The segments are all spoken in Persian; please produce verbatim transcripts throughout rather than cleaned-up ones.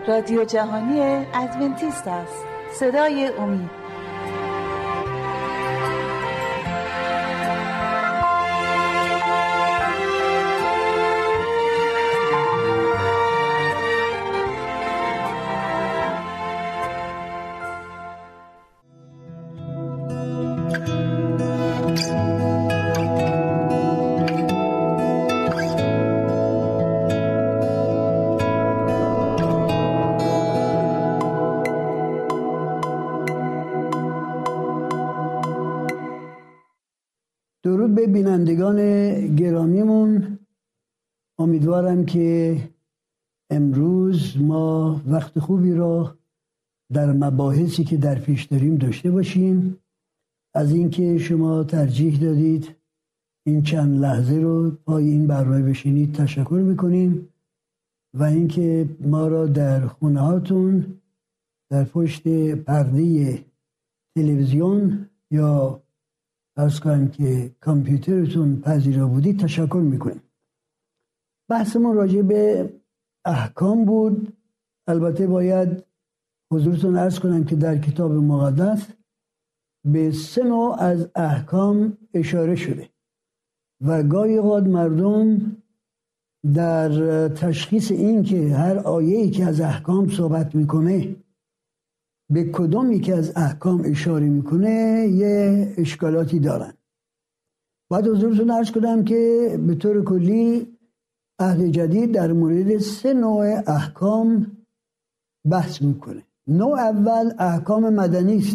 رادیو جهانی ادونتیست است. صدای امید. درود به بینندگان گرامیمون. امیدوارم که امروز ما وقت خوبی را در مباحثی که در پیش داریم داشته باشیم. از اینکه شما ترجیح دادید این چند لحظه رو پای این برنامه بشینید تشکر میکنیم و اینکه ما را در خونه هاتون در پشت پرده تلویزیون یا فرض کنیم که کامپیوترتون پذیرا بودید تشکر میکنیم. بحثمون راجع به احکام بود. البته باید حضورتون عرض کنم که در کتاب مقدس به سه نوع از احکام اشاره شده و گاهی اوقات مردم در تشخیص این که هر آیه‌ای که از احکام صحبت میکنه به کدوم یکی از احکام اشاره میکنه یه اشکالاتی دارن. باید حضورتون عرض کنم که به طور کلی عهد جدید در مورد سه نوع احکام بحث میکنه. نوع اول احکام مدنی است.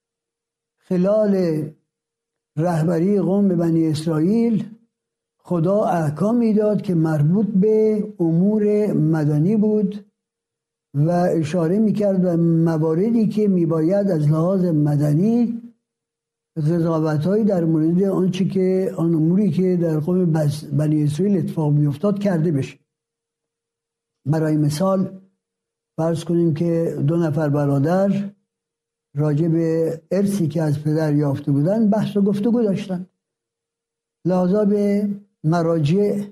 خلال رهبری قوم بنی اسرائیل خدا احکامی داد که مربوط به امور مدنی بود و اشاره میکرد به مواردی که میباید از لحاظ مدنی قضاوت‌هایی در مورد آنچه که آن اموری که در قوم بنی اسرائیل اتفاق میافتاد کرده بشه. برای مثال فرض کنیم که دو نفر برادر راجع به ارثی که از پدر یافته بودن بحث و گفتگو داشتن، لحاظا به مراجع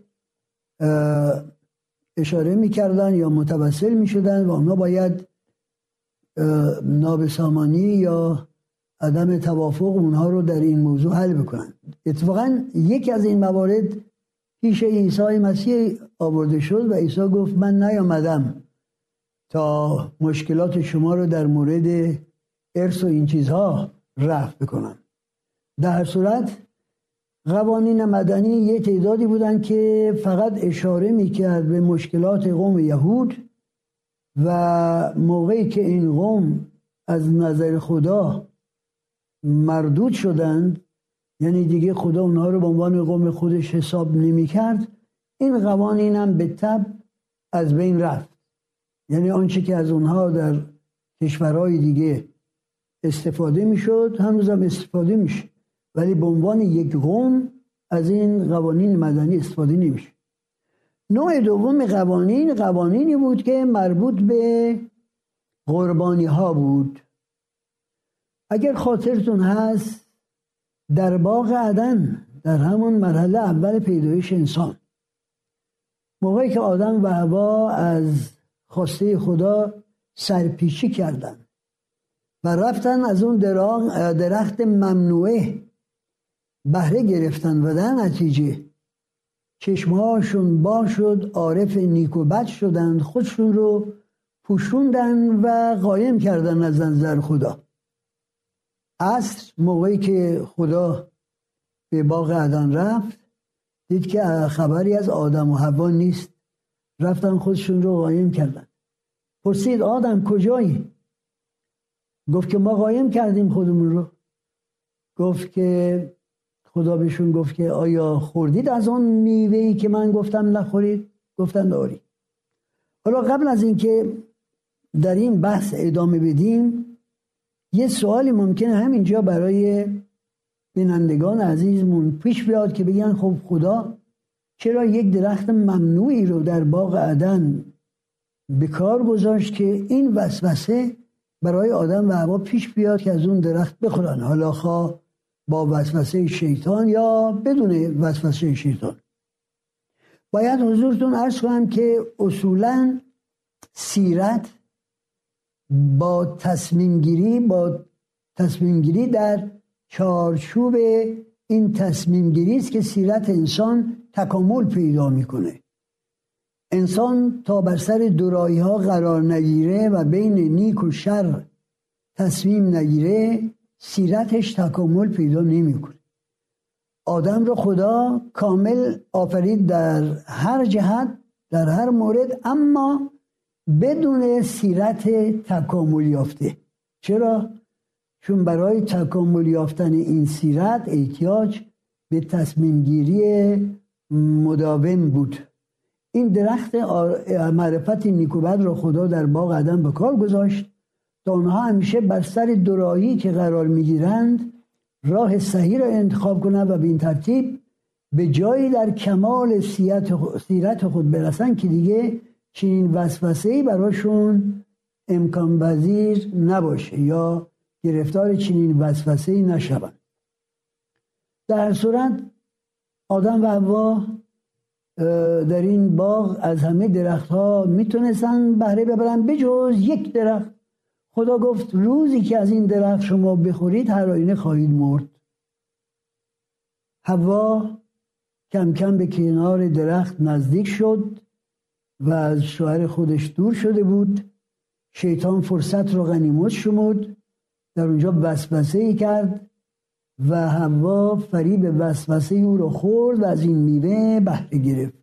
اشاره میکردن یا متوسل میشدن و اونا باید نابسامانی یا عدم توافق اونها رو در این موضوع حل بکنن. اتفاقا یکی از این موارد پیش عیسی مسیح آورده شد و عیسی گفت من نیامدم تا مشکلات شما رو در مورد ارث و این چیزها رفع بکنم. در هر صورت قوانین مدنی یه تعدادی بودن که فقط اشاره میکرد به مشکلات قوم یهود و موقعی که این قوم از نظر خدا مردود شدند، یعنی دیگه خدا اونها رو به عنوان قوم خودش حساب نمیکرد، این قوانین هم به تبع از بین رفت. یعنی آنچه که از اونها در کشورهای دیگه استفاده میشد هنوزم استفاده میشه، ولی به عنوان یک قوم از این قوانین مدنی استفاده نمیشه. نوع دوم قوانین قوانینی بود که مربوط به قربانی ها بود. اگر خاطرتون هست در باغ عدن در همون مرحله اول پیدایش انسان، موقعی که آدم و حوا از خواسته خدا سرپیچی کردن و رفتن از اون درخت ممنوعه بهره گرفتن و در نتیجه چشمهاشون با شد، عارف نیک و بد شدن، خودشون رو پوشوندن و قایم کردن از نظر خدا. عصر موقعی که خدا به باغ عدن رفت دید که خبری از آدم و حوا نیست، رفتن خودشون رو قایم کردن. پرسید آدم کجایی؟ گفت که ما قایم کردیم خودمون رو. گفت که خدا بهشون گفت که آیا خوردید از آن میوه‌ای که من گفتم نخورید؟ گفتن آری. حالا قبل از اینکه در این بحث ادامه بدیم یه سوالی ممکنه همینجا برای بینندگان عزیزمون پیش بیاد که بگن خب خدا چرا یک درخت ممنوعی رو در باغ عدن به کار گذاشت که این وسوسه برای آدم و حوا پیش بیاد که از اون درخت بخورن، حالا خواه با وسوسه شیطان یا بدون وسوسه شیطان. باید حضورتون عرض کنم که اصولاً سیرت با تصمیم گیری با تصمیم گیری در چارچوب این تصمیم گیری است که سیرت انسان تکامل پیدا میکنه. انسان تا بر سر دورایی ها قرار نگیره و بین نیک و شر تصمیم نگیره، سیرتش تکامل پیدا نمیکنه. آدم رو خدا کامل آفرید در هر جهت، در هر مورد، اما بدون سیرت تکامل یافته. چرا؟ چون برای تکامل یافتن این سیرت احتیاج به تصمیم گیری مداوم بود. این درخت معرفت نیکوبد رو خدا در باغ عدن به کار گذاشت تا آنها همیشه بر سر دورایی که قرار میگیرند راه صحیح را انتخاب کنند و به این ترتیب به جایی در کمال سیرت خود برسن که دیگه چنین وسوسه‌ای براشون امکان پذیر نباشه یا گرفتار چنین وسوسه‌ای نشوند. در هر صورت آدم و حوا در این باغ از همه درختها میتونستن بهره ببرن بجز یک درخت. خدا گفت روزی که از این درخت شما بخورید هر آینه خواهید مرد. حوا کم کم به کنار درخت نزدیک شد و از شوهر خودش دور شده بود. شیطان فرصت رو غنیمت شمرد، در اونجا وسوسه‌ای کرد و حوا فریب وسوسه او رو خورد و از این میوه بهره گرفت.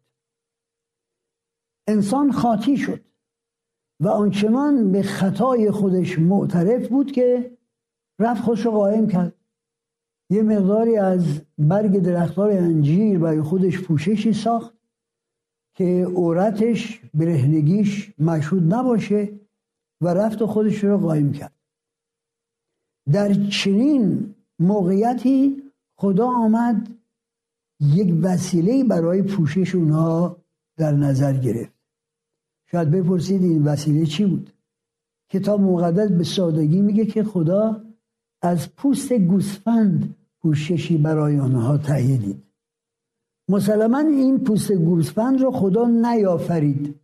انسان خاطی شد و آنچنان به خطای خودش معترف بود که رفت خودش رو قائم کرد. یه مقداری از برگ درختار انجیر برای خودش پوششی ساخت که عورتش برهنگیش مشهود نباشه و رفت و خودش رو قائم کرد. در چنین موقعیتی خدا آمد یک وسیله برای پوشش اونها در نظر گرفت. شاید بپرسید این وسیله چی بود؟ کتاب مقدس به سادگی میگه که خدا از پوست گوسفند پوششی برای آنها تهیه دید. مسلماً این پوست گوسفند رو خدا نیافرید.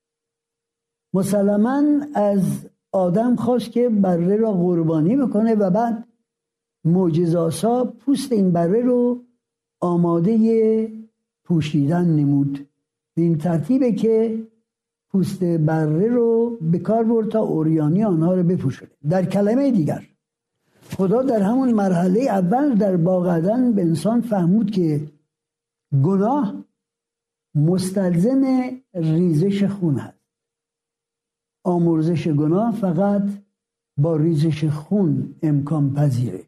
مسلماً از آدم خواست که بره را قربانی بکنه و بعد معجزه‌آسا پوست این بره رو آماده پوشیدن نمود. به این ترتیبه که پوست بره رو به کار برد تا عریانی آنها رو بپوشونه. در کلمه دیگر خدا در همون مرحله اول در باغ عدن به انسان فهمود که گناه مستلزم ریزش خون هست. آمرزش گناه فقط با ریزش خون امکان پذیره.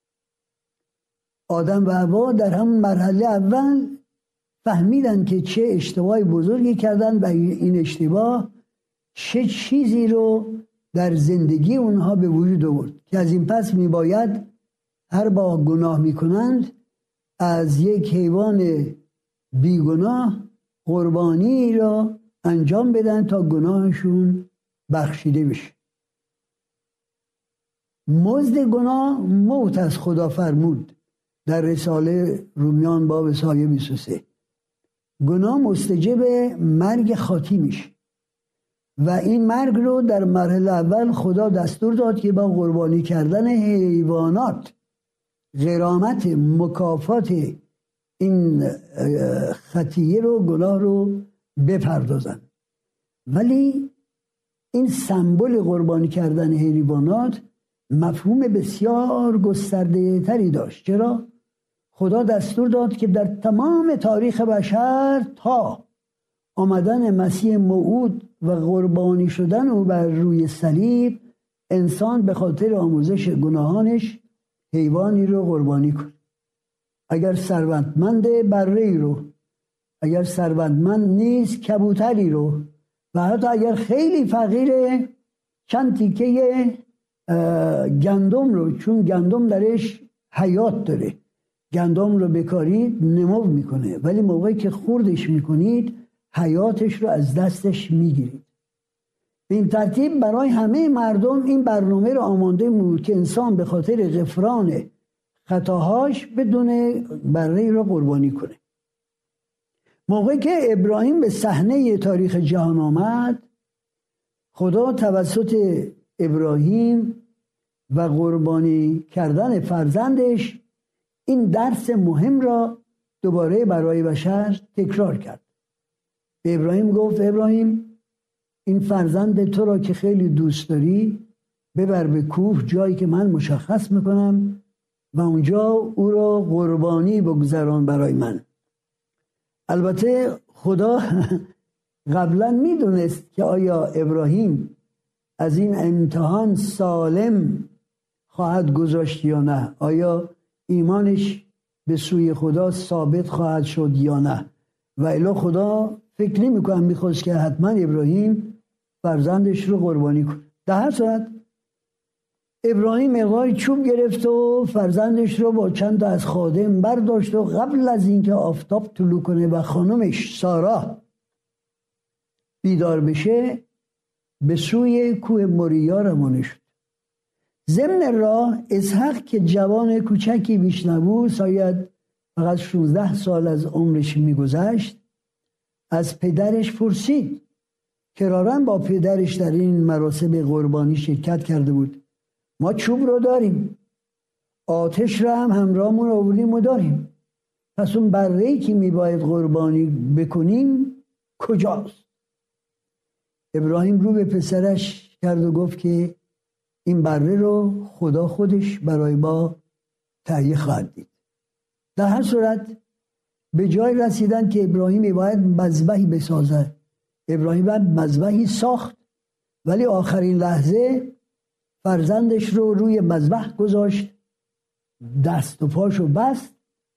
آدم و حوا در همون مرحله اول فهمیدن که چه اشتباهی بزرگی کردن و این اشتباه چه چیزی رو در زندگی اونها به وجود آورد که از این پس میباید هر بار گناه میکنند از یک حیوان بیگناه قربانی را انجام بدن تا گناهشون بخشیده بشه. مزد گناه موت از خدا فرمود در رساله رومیان باب سایه بیست و سه. گناه مستجب مرگ خاطی میشه و این مرگ رو در مرحله اول خدا دستور داد که با قربانی کردن حیوانات غرامت مکافات این خطیه رو گناه رو بپردازن. ولی این سمبل قربانی کردن حیوانات مفهوم بسیار گسترده تری داشت. چرا؟ خدا دستور داد که در تمام تاریخ بشر تا آمدن مسیح موعود و قربانی شدن او بر روی صلیب انسان به خاطر آمرزش گناهانش حیوانی رو قربانی کنه. اگر ثروتمند بره‌ای رو، اگر ثروتمند نیست کبوتری رو، و حتی اگر خیلی فقیره چند تیکه گندم رو، چون گندم درش حیات داره، گندم رو بکارید نمو میکنه، ولی موقعی که خوردش میکنید حیاتش رو از دستش میگیرید. به این ترتیب برای همه مردم این برنامه رو آماده بود که انسان به خاطر غفران خطاهاش بدون بره رو قربانی کنه. موقعی که ابراهیم به صحنه تاریخ جهان آمد، خدا توسط ابراهیم و قربانی کردن فرزندش این درس مهم را دوباره برای بشر تکرار کرد. به ابراهیم گفت ابراهیم این فرزند تو را که خیلی دوست داری ببر به کوه، جایی که من مشخص میکنم، و اونجا او را قربانی بگذران برای من. البته خدا قبلا میدونست که آیا ابراهیم از این امتحان سالم خواهد گذاشت یا نه، آیا ایمانش به سوی خدا ثابت خواهد شد یا نه، و الا خدا فکر نمی کنم میخواست که حتما ابراهیم فرزندش رو قربانی کنه. در هر صورت ابراهیم مقداری چوب گرفت و فرزندش رو با چند تا از خادم برداشت و قبل از اینکه آفتاب طلوع کنه و خانمش سارا بیدار بشه به سوی کوه موریا روانه شد. ضمن راه اسحاق که جوان کوچکی بیش نبود، شاید فقط شانزده سال از عمرش میگذشت، از پدرش پرسید. کرارن با پدرش در این مراسم قربانی شرکت کرده بود. ما چوب رو داریم، آتش رو هم همراهمون آوردیم و داریم، پس اون بره‌ای که میباید قربانی بکنیم کجاست؟ ابراهیم رو به پسرش کرد و گفت که این بره رو خدا خودش برای ما تهیه خواهد دید. در هر صورت به جای رسیدن که ابراهیم باید مذبحی بسازه. ابراهیم باید مذبحی ساخت، ولی آخرین لحظه فرزندش رو روی مذبح گذاشت، دست و پاشو بست.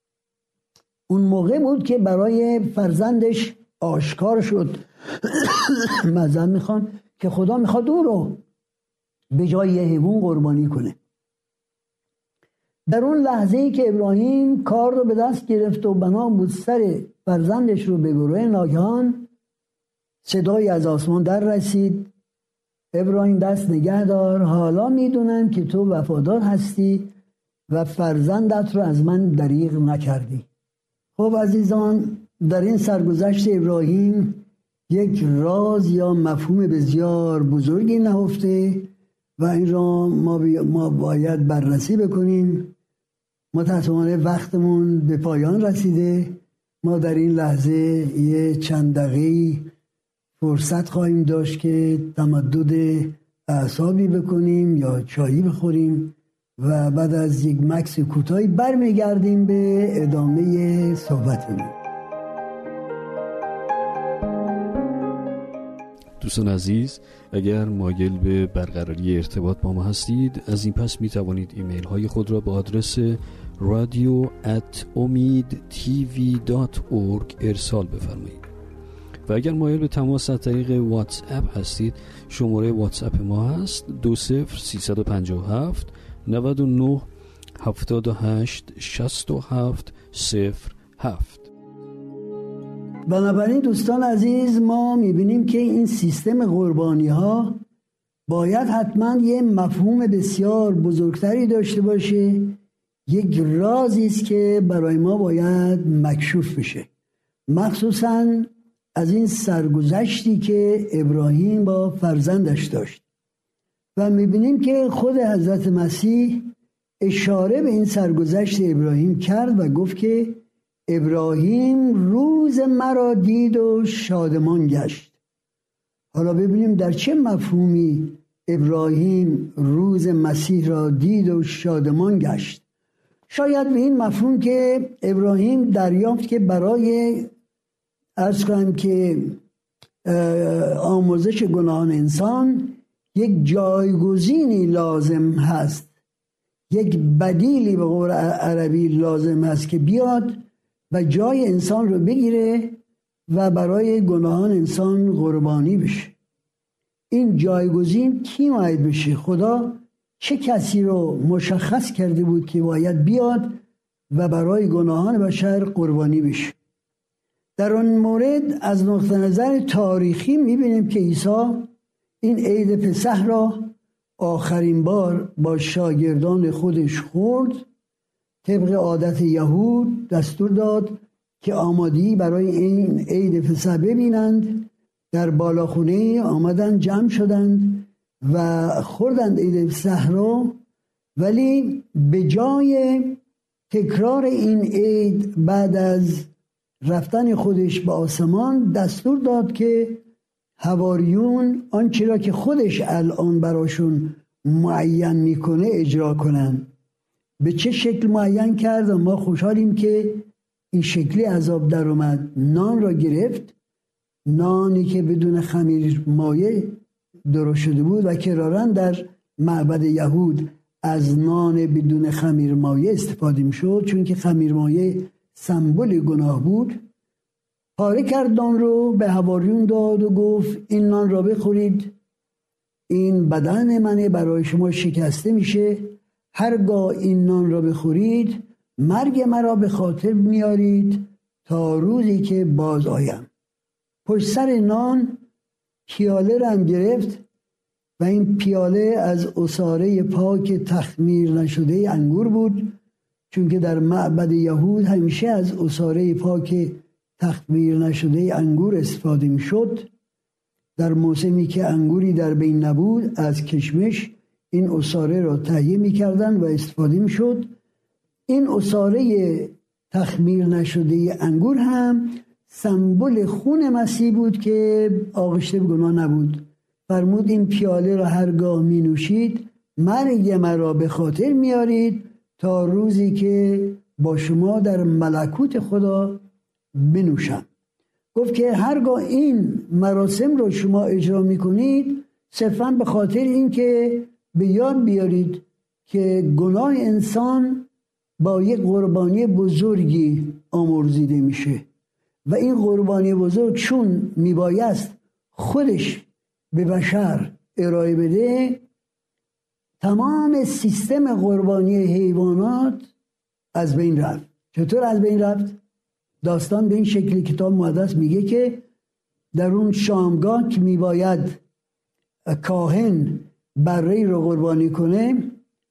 اون موقع بود که برای فرزندش آشکار شد مزن میخوان که خدا میخواد او رو به جای یه حیوان قربانی کنه. در اون لحظه ای که ابراهیم کار رو به دست گرفت و بنا بود سر فرزندش رو ببره، ناگهان صدایی از آسمان در رسید: ابراهیم دست نگه دار، حالا میدونم که تو وفادار هستی و فرزندت رو از من دریغ نکردی. خب عزیزان، در این سرگذشت ابراهیم یک راز یا مفهوم بسیار بزرگی نهفته و این را ما, ما باید بررسی بکنیم. متاسفانه وقتمون به پایان رسیده. ما در این لحظه یه چند دقیقه فرصت خواهیم داشت که تمدد اعصابی بکنیم یا چایی بخوریم و بعد از یک مکس کوتاهی برمیگردیم به ادامه صحبتمون. دوستان عزیز، اگر مایل به برقراری ارتباط با ما هستید، از این پس می توانید ایمیل های خود را به آدرس رادیو ات امید تیوی دات اورگ ارسال بفرمایید. و اگر مایل به تماس از طریق واتس اپ هستید، شماره واتس اپ ما هست دو صفر سیصد و پنجاه و هفت نود و نه هفتاد و هشت شصت و هفت صفر هفت. بنابراین دوستان عزیز، ما میبینیم که این سیستم قربانی ها باید حتما یه مفهوم بسیار بزرگتری داشته باشه، یک رازی است که برای ما باید مکشوف بشه، مخصوصا از این سرگذشتی که ابراهیم با فرزندش داشت. و میبینیم که خود حضرت مسیح اشاره به این سرگذشت ابراهیم کرد و گفت که ابراهیم روز مرا دید و شادمان گشت. حالا ببینیم در چه مفهومی ابراهیم روز مسیح را دید و شادمان گشت. شاید به این مفهوم که ابراهیم دریافت که برای عرض کنم که آمرزش گناهان انسان یک جایگزینی لازم هست، یک بدیلی به قول عربی لازم هست که بیاد و جای انسان رو بگیره و برای گناهان انسان قربانی بشه. این جایگزین کی باید بشه؟ خدا چه کسی رو مشخص کرده بود که باید بیاد و برای گناهان بشر قربانی بشه؟ در اون مورد از نقطه نظر تاریخی میبینیم که عیسی این عید پسح را آخرین بار با شاگردان خودش خورد. طبق عادت یهود دستور داد که آمادگی برای این عید پسح ببینند. در بالاخونه آمدند، جمع شدند و خوردند عید صحرا، ولی به جای تکرار این عید بعد از رفتن خودش به آسمان دستور داد که حواریون آنچه را که خودش الان براشون معین میکنه اجرا کنن. به چه شکل معین کرد؟ ما خوشحالیم که این شکلی عذاب در اومد. نان را گرفت، نانی که بدون خمیر مایه درست شده بود و کراراً در معبد یهود از نان بدون خمیر مایه استفاده میشد، چون که خمیر مایه سمبل گناه بود. پاره کرد نان رو، به حواریون داد و گفت این نان را بخورید، این بدن منه، برای شما شکسته میشه. هرگاه این نان را بخورید مرگ مرا به خاطر میارید تا روزی که باز آیم. پشت سر نان پیاله را هم گرفت و این پیاله از عصاره پاک تخمیر نشده انگور بود، چون که در معبد یهود همیشه از عصاره پاک تخمیر نشده انگور استفاده می شد. در موسمی که انگوری در بین نبود از کشمش این عصاره را تهیه می کردن و استفاده می شد. این عصاره تخمیر نشده انگور هم سمبل خون مسیح بود که آغشته به گناه نبود. فرمود این پیاله را هرگاه می نوشید مرگ مرا به خاطر میارید تا روزی که با شما در ملکوت خدا بنوشم. گفت که هرگاه این مراسم رو شما اجرا میکنید صرفاً به خاطر این که به یاد بیارید که گناه انسان با یک قربانی بزرگی آمرزیده میشه و این قربانی بزرگ چون میبایست خودش به بشر ارائه بده، تمام سیستم قربانی حیوانات از بین رفت. چطور از بین رفت؟ داستان به این شکلی کتاب مقدس میگه که در اون شامگاه که میباید کاهن بره رو قربانی کنه،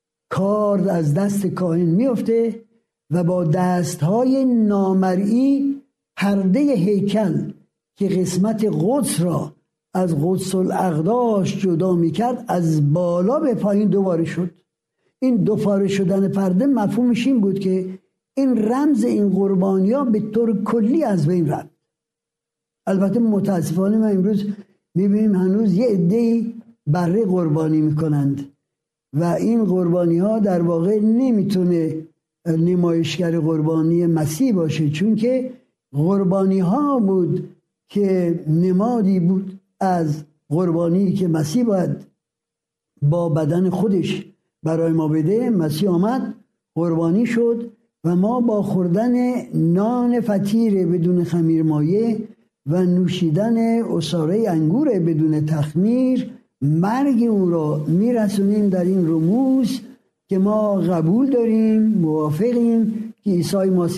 کار از دست کاهن میفته و با دستهای نامرئی پرده هیکل که قسمت قدس را از قدس الاقداس جدا میکرد از بالا به پایین دوباره شد. این دوباره شدن پرده مفهومش این بود که این رمز این قربانی ها به طور کلی از بین رفت. البته متاسفانه ما امروز میبینیم هنوز یه عده‌ای بره قربانی میکنند و این قربانی ها در واقع نمیتونه نمایشگر قربانی مسیح باشه، چون که قربانی ها بود که نمادی بود از قربانی که مسیح باید با بدن خودش برای ما بده. مسیح آمد، قربانی شد و ما با خوردن نان فطیر بدون خمیر مایه و نوشیدن عصاره انگور بدون تخمیر مرگ او را میرسونیم در این رموز که ما قبول داریم، موافقیم که عیسی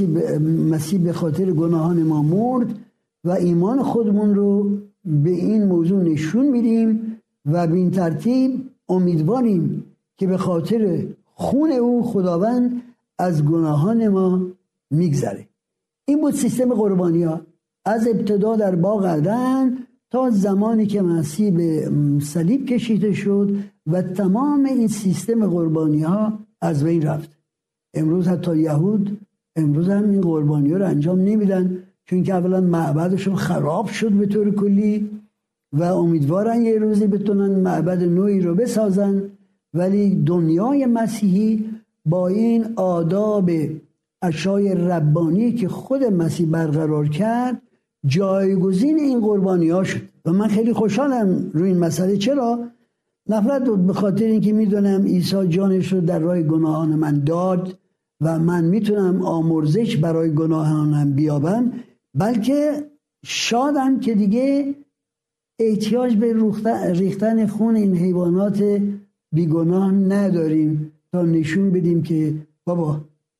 مسیح به خاطر گناهان ما مرد و ایمان خودمون رو به این موضوع نشون میدیم و به این ترتیب امیدواریم که به خاطر خون او خداوند از گناهان ما میگذره. این بود سیستم قربانی ها از ابتدا در باغ عدن تا زمانی که مسیح به صلیب کشیده شد و تمام این سیستم قربانی ها از بین رفت. امروز حتی یهود امروز هم این قربانی ها رو انجام نمیدن، چون که اولا معبدشون خراب شد به طور کلی و امیدوارن یه روزی بتونن معبد نوعی رو بسازن، ولی دنیای مسیحی با این آداب اشیای ربانی که خود مسیح برقرار کرد جایگزین این قربانی ها شد و من خیلی خوشحالم روی این مسئله. چرا؟ نفرت به خاطر اینکه میدونم عیسی جانش رو در راه گناهان من داد و من میتونم آمرزش برای گناهانم بیابم، بلکه شادم که دیگه احتیاج به ریختن خون این حیوانات بیگناه نداریم تا نشون بدیم که بابا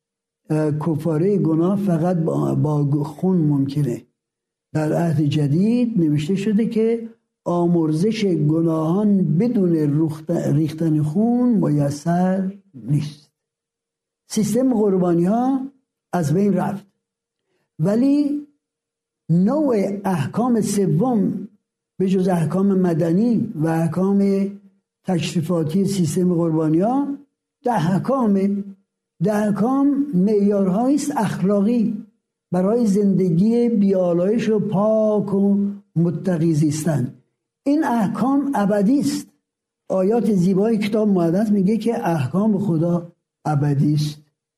کفاره گناه فقط با خون ممکنه. در عهد جدید نوشته شده که آمرزش گناهان بدون ریختن خون میسر نیست. سیستم قربانی ها از بین رفت، ولی نوع احکام سوم به جز احکام مدنی و احکام تشریفاتی سیستم قربانی‌ها ده احکام ده احکام معیارهایی است اخلاقی برای زندگی بیالایش و پاک و متقی زیستن. این احکام ابدی است. آیات زیبای کتاب مقدس میگه که احکام خدا ابدی است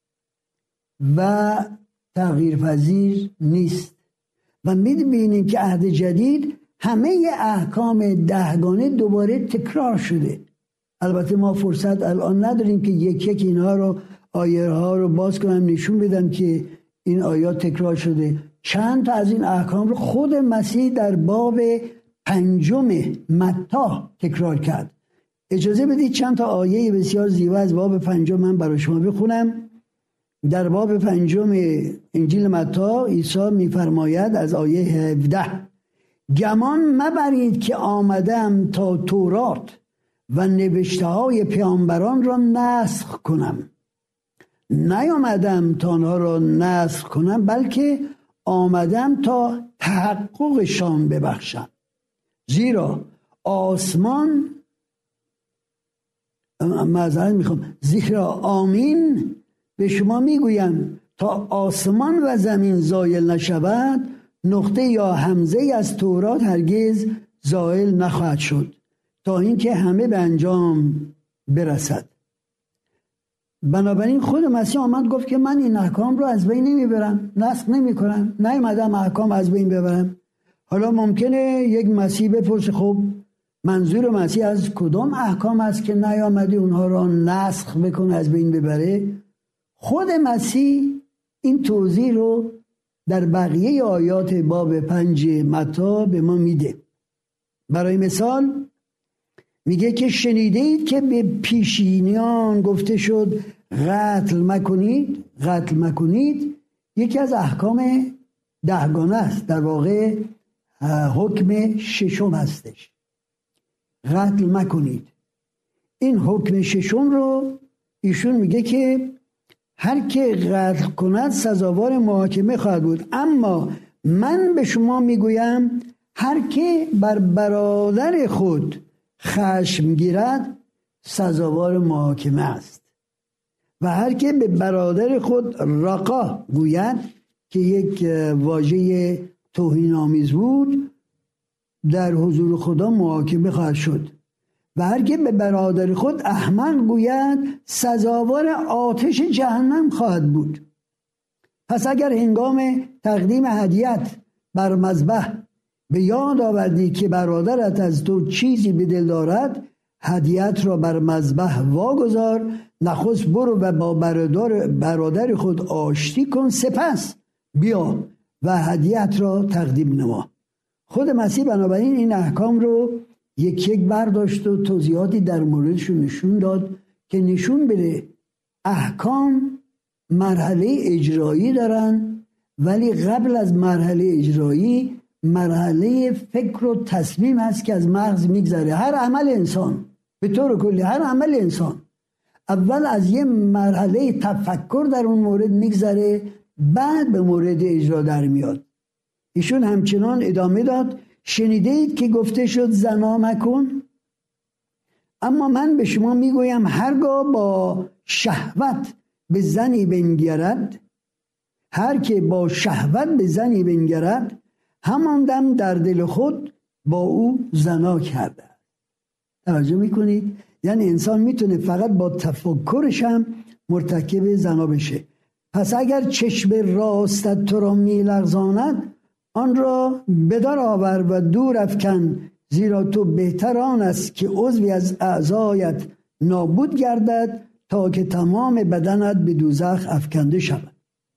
و تغییر پذیر نیست و می‌بینیم که عهد جدید همه احکام دهگانه دوباره تکرار شده. البته ما فرصت الان نداریم که یک یک اینها رو آیه ها رو باز کنم نشون بدم که این آیات تکرار شده. چند تا از این احکام رو خود مسیح در باب پنجم متی تکرار کرد. اجازه بدید چند تا آیه بسیار زیبا از باب پنجم من برای شما بخونم. در باب پنجم انجیل متی عیسی می‌فرماید از آیه هفده: گمان مبرید که آمدم تا تورات و نوشته های پیامبران را نسخ کنم. نیامدم تا آنها را نسخ کنم، بلکه آمدم تا تحققشان ببخشم. زیرا آسمان معذرت میخوام زیرا آمین به شما میگویم تا آسمان و زمین زایل نشود، نقطه یا همزه از تورات هرگز زایل نخواهد شد تا اینکه همه به انجام برسد. بنابراین خود مسیح آمد گفت که من این احکام رو از بین نمیبرم، نسخ نمی کنم، نیومدم احکام از بین ببرم. حالا ممکنه یک مسیح بپرسه خب منظور مسیح از کدام احکام است که نیامده اونها رو نسخ بکنه، از بین ببره؟ خود مسیح این توضیح رو در بقیه آیات باب پنج متی به ما میده. برای مثال میگه که شنیده اید که به پیشینیان گفته شد قتل مکنید. قتل مکنید یکی از احکام دهگانه است، در واقع حکم ششم هستش. قتل مکنید. این حکم ششم رو ایشون میگه که هر که قتل کند سزاوار محاکمه خواهد بود، اما من به شما میگویم هر که بر برادر خود خشم گیرد سزاوار محاکمه است و هر که به برادر خود رقا گوید که یک واژه توهین آمیز بود در حضور خدا محاکمه خواهد شد و هر که به برادر خود احمق گوید سزاوار آتش جهنم خواهد بود. پس اگر هنگام تقدیم هدیت بر مذبح به یاد آوردی که برادرت از تو چیزی به دل دارد، هدیت را بر مذبح واگذار، نخست برو و با برادر, برادر خود آشتی کن، سپس بیا و هدیت را تقدیم نما. خود مسیح بنابراین این احکام رو یک یک برداشت و توضیحاتی در موردشون نشون داد که نشون بده احکام مرحله اجرایی دارن، ولی قبل از مرحله اجرایی مرحله فکر و تصمیم هست که از مغز میگذره. هر عمل انسان به طور کلی، هر عمل انسان اول از یه مرحله تفکر در اون مورد میگذره، بعد به مورد اجرا در میاد. ایشون همچنان ادامه داد شنیده اید که گفته شد زنا مکن، اما من به شما میگویم هرگاه با شهوت به زنی بنگرد، هر که با شهوت به زنی بنگرد همان دم در دل خود با او زنا کرده. توجه میکنید؟ یعنی انسان میتونه فقط با تفکرش هم مرتکب زنا بشه. پس اگر چشم راستت تو را میلغزاند آن را بدار آور و دور افکن، زیرا تو بهتر آن است که عضوی از اعضایت نابود گردد تا که تمام بدنت به دوزخ افکنده شود.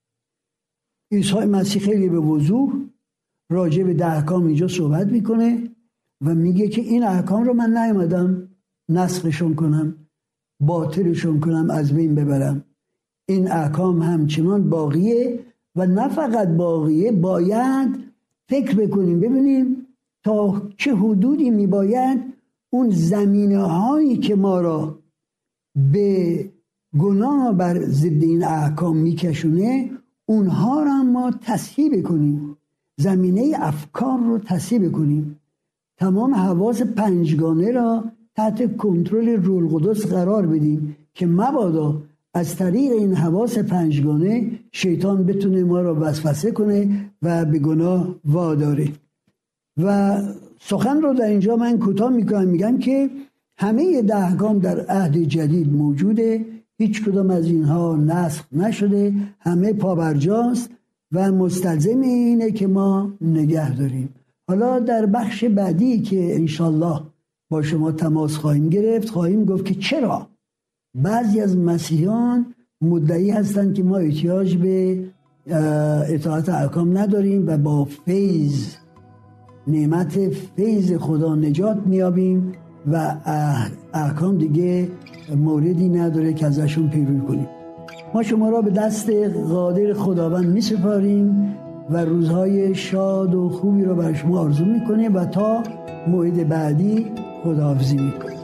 عیسی مسیح خیلی به وضوح راجع به ده احکام اینجا صحبت میکنه و میگه که این احکام رو من نیامدم نسخشون کنم، باطلشون کنم، از بین ببرم. این احکام همچنان باقیه و نه فقط باقیه، باید فکر بکنیم ببینیم تا چه حدودی میباید اون زمینه هایی که ما را به گناه بر ضد این احکام میکشونه اونها را ما تصحیح بکنیم، زمینه افکار رو تصحیح بکنیم، تمام حواس پنجگانه را تحت کنترل روح القدس قرار بدیم که مبادا از طریق این حواس پنجگانه شیطان بتونه ما را وسوسه کنه و به گناه واداره. و سخن رو در اینجا من کوتاه میکنم، میگم که همه ده احکام در عهد جدید موجوده، هیچ کدام از اینها نسخ نشده، همه پابرجاست و مستلزم اینه که ما نگه داریم. حالا در بخش بعدی که انشالله با شما تماس خواهیم گرفت، خواهیم گفت که چرا بعضی از مسیحیان مدعی هستند که ما احتیاج به اطاعت احکام نداریم و با فیض، نعمت فیض خدا نجات میابیم و احکام دیگه موردی نداره که ازشون پیروی کنیم. ما شما را به دست قادر خداوند می سپاریم و روزهای شاد و خوبی را بر شما آرزو می کنیم و تا موعد بعدی خداحافظی می کنیم.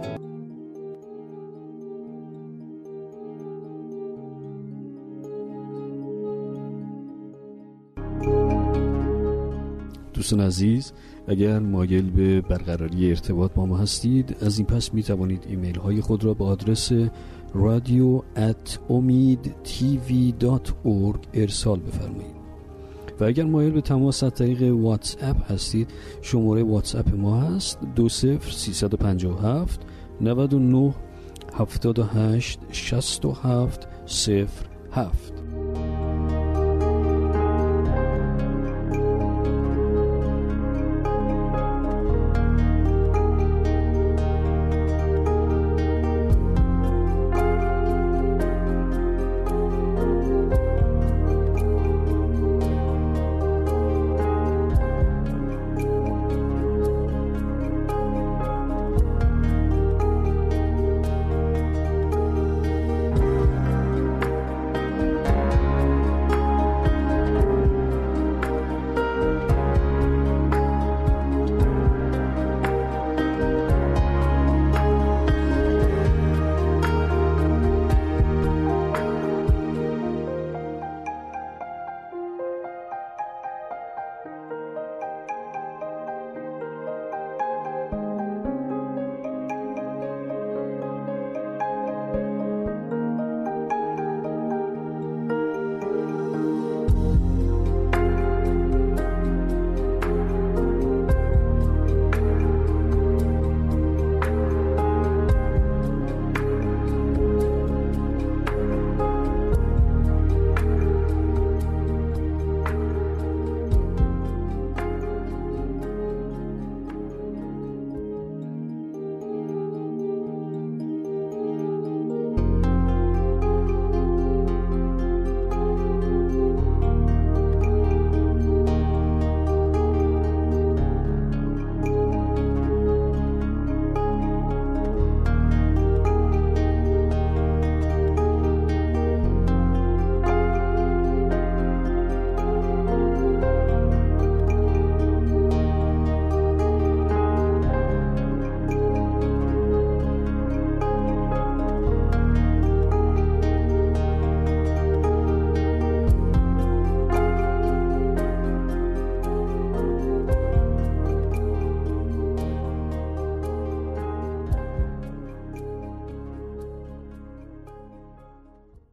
دوستان عزیز، اگر مایل به برقراری ارتباط با ما هستید، از این پس می توانید ایمیل های خود را به آدرس رادیو ات امید تیوی دات اورگ ارسال بفرمایید. و اگر مایل به تماس از طریق واتس اپ هستید، شماره واتس اپ ما هست دو صفر سیصد و پنجاه و هفت نود و نه هفتاد و هشت شصت و هفت صفر هفت.